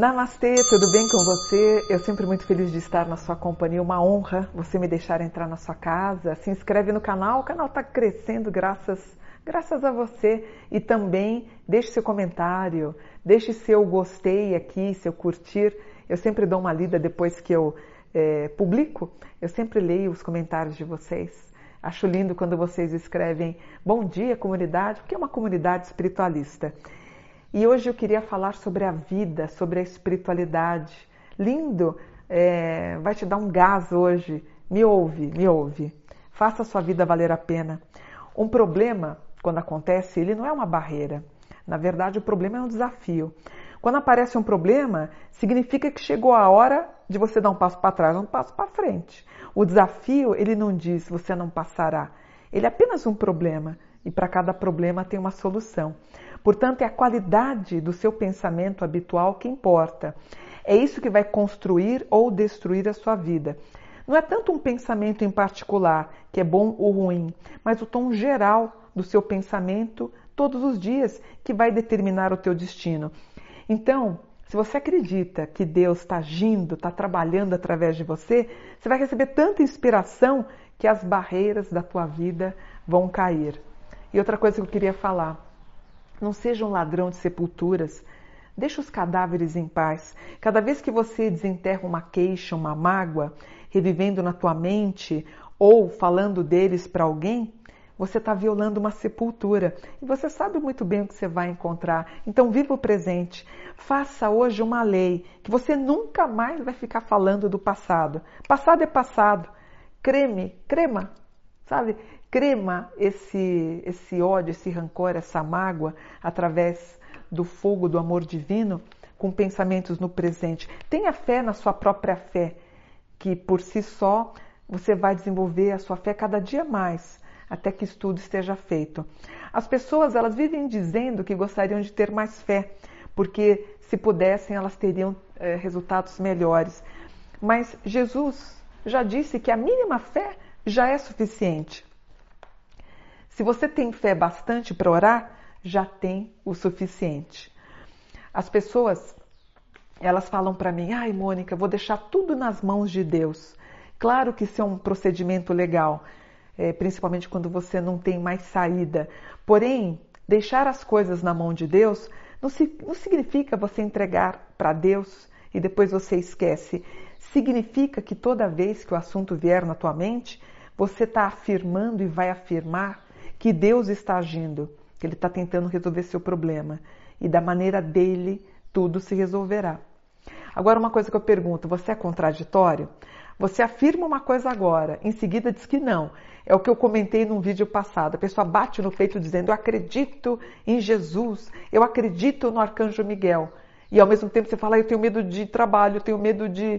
Namastê, tudo bem com você? Eu sempre muito feliz de estar na sua companhia, uma honra você me deixar entrar na sua casa. Se inscreve no canal, o canal está crescendo graças a você. E também deixe seu comentário, deixe seu gostei aqui, seu curtir. Eu sempre dou uma lida depois que eu publico, eu sempre leio os comentários de vocês. Acho lindo quando vocês escrevem bom dia comunidade, porque é uma comunidade espiritualista. E hoje eu queria falar sobre a vida, sobre a espiritualidade. Lindo, vai te dar um gás hoje. Me ouve. Faça a sua vida valer a pena. Um problema, quando acontece, ele não é uma barreira. Na verdade, o problema é um desafio. Quando aparece um problema, significa que chegou a hora de você dar um passo para trás, um passo para frente. O desafio, ele não diz você não passará. Ele é apenas um problema. E para cada problema tem uma solução. Portanto, é a qualidade do seu pensamento habitual que importa. É isso que vai construir ou destruir a sua vida. Não é tanto um pensamento em particular, que é bom ou ruim, mas o tom geral do seu pensamento todos os dias que vai determinar o teu destino. Então, se você acredita que Deus está agindo, está trabalhando através de você, você vai receber tanta inspiração que as barreiras da tua vida vão cair. E outra coisa que eu queria falar, não seja um ladrão de sepulturas, deixa os cadáveres em paz. Cada vez que você desenterra uma queixa, uma mágoa, revivendo na tua mente ou falando deles para alguém, você está violando uma sepultura. E você sabe muito bem o que você vai encontrar. Então viva o presente. Faça hoje uma lei, que você nunca mais vai ficar falando do passado. Passado é passado. Crema, sabe? Crema esse ódio, esse rancor, essa mágoa através do fogo do amor divino com pensamentos no presente. Tenha fé na sua própria fé, que por si só você vai desenvolver a sua fé cada dia mais, até que isso tudo esteja feito. As pessoas, elas vivem dizendo que gostariam de ter mais fé, porque se pudessem elas teriam resultados melhores. Mas Jesus já disse que a mínima fé já é suficiente. Se você tem fé bastante para orar, já tem o suficiente. As pessoas, elas falam para mim, ai Mônica, vou deixar tudo nas mãos de Deus. Claro que isso é um procedimento legal, principalmente quando você não tem mais saída. Porém, deixar as coisas na mão de Deus não significa você entregar para Deus e depois você esquece. Significa que toda vez que o assunto vier na tua mente, você está afirmando e vai afirmar que Deus está agindo, que Ele está tentando resolver seu problema. E da maneira dele, tudo se resolverá. Agora, uma coisa que eu pergunto, você é contraditório? Você afirma uma coisa agora, em seguida diz que não. É o que eu comentei num vídeo passado. A pessoa bate no peito dizendo, eu acredito em Jesus, eu acredito no Arcanjo Miguel. E ao mesmo tempo você fala, eu tenho medo de trabalho, eu tenho medo de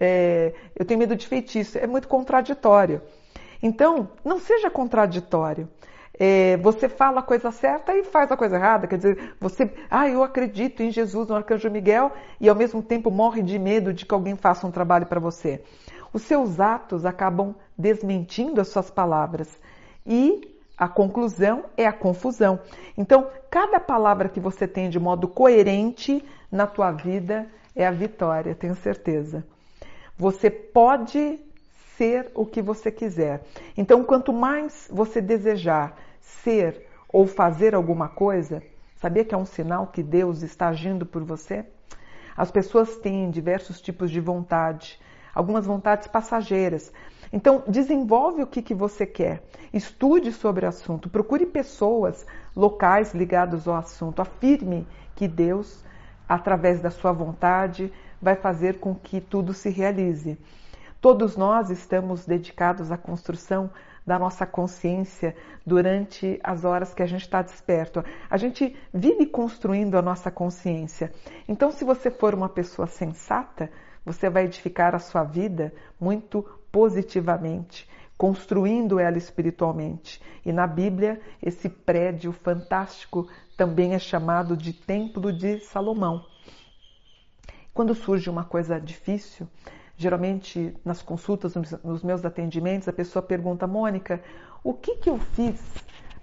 feitiço. É muito contraditório. Então, não seja contraditório. Você fala a coisa certa e faz a coisa errada. Quer dizer, eu acredito em Jesus, no Arcanjo Miguel, e ao mesmo tempo morre de medo de que alguém faça um trabalho para você. Os seus atos acabam desmentindo as suas palavras. E a conclusão é a confusão. Então, cada palavra que você tem de modo coerente na tua vida é a vitória, tenho certeza. Você pode ser o que você quiser. Então, quanto mais você desejar ser ou fazer alguma coisa, sabia que é um sinal que Deus está agindo por você? As pessoas têm diversos tipos de vontade, algumas vontades passageiras. Então, desenvolve o que você quer. Estude sobre o assunto, procure pessoas locais ligadas ao assunto. Afirme que Deus, através da sua vontade, vai fazer com que tudo se realize. Todos nós estamos dedicados à construção da nossa consciência durante as horas que a gente está desperto. A gente vive construindo a nossa consciência. Então, se você for uma pessoa sensata, você vai edificar a sua vida muito positivamente, construindo ela espiritualmente. E na Bíblia, esse prédio fantástico também é chamado de Templo de Salomão. Quando surge uma coisa difícil, geralmente nas consultas, nos meus atendimentos, a pessoa pergunta, Mônica, o que eu fiz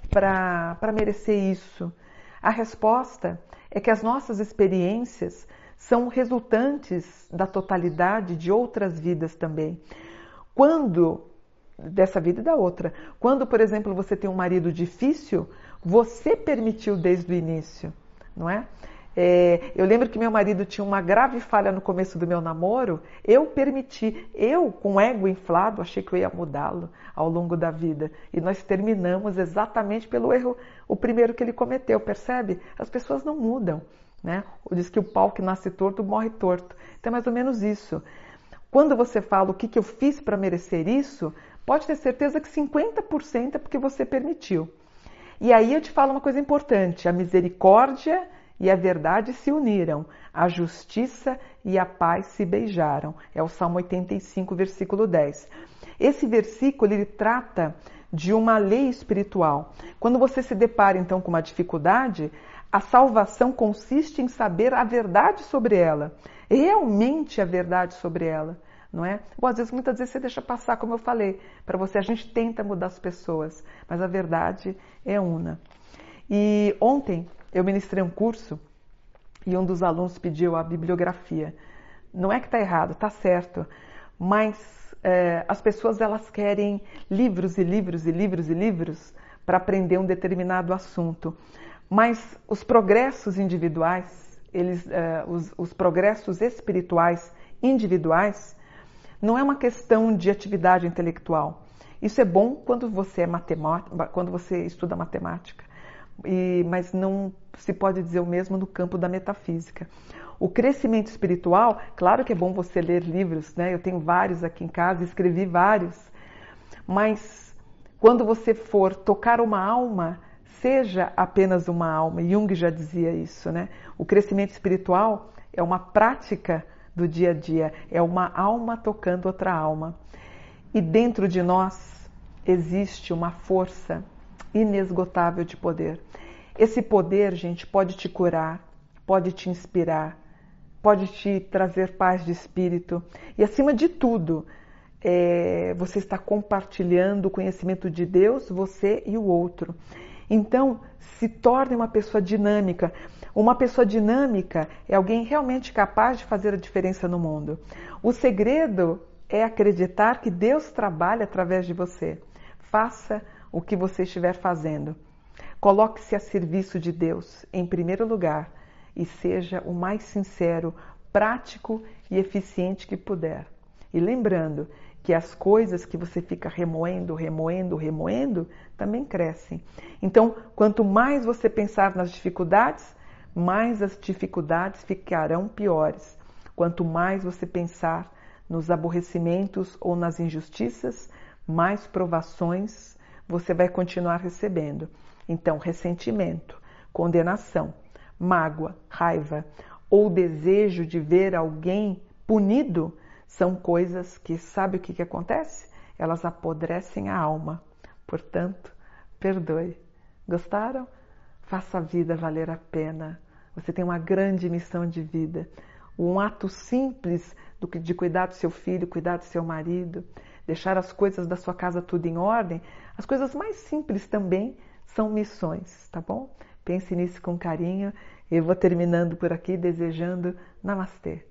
para merecer isso? A resposta é que as nossas experiências são resultantes da totalidade de outras vidas também. Quando, dessa vida e da outra, quando, por exemplo, você tem um marido difícil, você permitiu desde o início, não é? Eu lembro que meu marido tinha uma grave falha no começo do meu namoro, eu permiti, eu com o ego inflado, achei que eu ia mudá-lo ao longo da vida. E nós terminamos exatamente pelo erro, o primeiro que ele cometeu, percebe? As pessoas não mudam, né? Diz que o pau que nasce torto morre torto. Então é mais ou menos isso. Quando você fala o que eu fiz para merecer isso, pode ter certeza que 50% é porque você permitiu. E aí eu te falo uma coisa importante, a misericórdia e a verdade se uniram, a justiça e a paz se beijaram. É o Salmo 85, versículo 10. Esse versículo ele trata de uma lei espiritual. Quando você se depara então com uma dificuldade, a salvação consiste em saber a verdade sobre ela, realmente a verdade sobre ela, não é? Ou às vezes, muitas vezes você deixa passar, como eu falei, para você, a gente tenta mudar as pessoas, mas a verdade é una. E ontem eu ministrei um curso e um dos alunos pediu a bibliografia. Não é que está errado, está certo, mas as pessoas elas querem livros e livros e livros e livros para aprender um determinado assunto. Mas os progressos individuais, os progressos espirituais individuais, não é uma questão de atividade intelectual. Isso é bom quando você quando você estuda matemática. Mas não se pode dizer o mesmo no campo da metafísica. O crescimento espiritual, claro que é bom você ler livros, né? Eu tenho vários aqui em casa, escrevi vários, mas quando você for tocar uma alma, seja apenas uma alma. Jung já dizia isso, né? O crescimento espiritual é uma prática do dia a dia, é uma alma tocando outra alma. E dentro de nós existe uma força inesgotável de poder. Esse poder, gente, pode te curar, pode te inspirar, pode te trazer paz de espírito e, acima de tudo, você está compartilhando o conhecimento de Deus, você e o outro. Então, se torne uma pessoa dinâmica. Uma pessoa dinâmica é alguém realmente capaz de fazer a diferença no mundo. O segredo é acreditar que Deus trabalha através de você. Faça o que você estiver fazendo. Coloque-se a serviço de Deus em primeiro lugar e seja o mais sincero, prático e eficiente que puder. E lembrando que as coisas que você fica remoendo, também crescem. Então, quanto mais você pensar nas dificuldades, mais as dificuldades ficarão piores. Quanto mais você pensar nos aborrecimentos ou nas injustiças, mais provações você vai continuar recebendo. Então, ressentimento, condenação, mágoa, raiva ou desejo de ver alguém punido são coisas que, sabe o que acontece? Elas apodrecem a alma. Portanto, perdoe. Gostaram? Faça a vida valer a pena. Você tem uma grande missão de vida. Um ato simples de cuidar do seu filho, cuidar do seu marido, deixar as coisas da sua casa tudo em ordem. As coisas mais simples também são missões, tá bom? Pense nisso com carinho. Eu vou terminando por aqui desejando Namastê.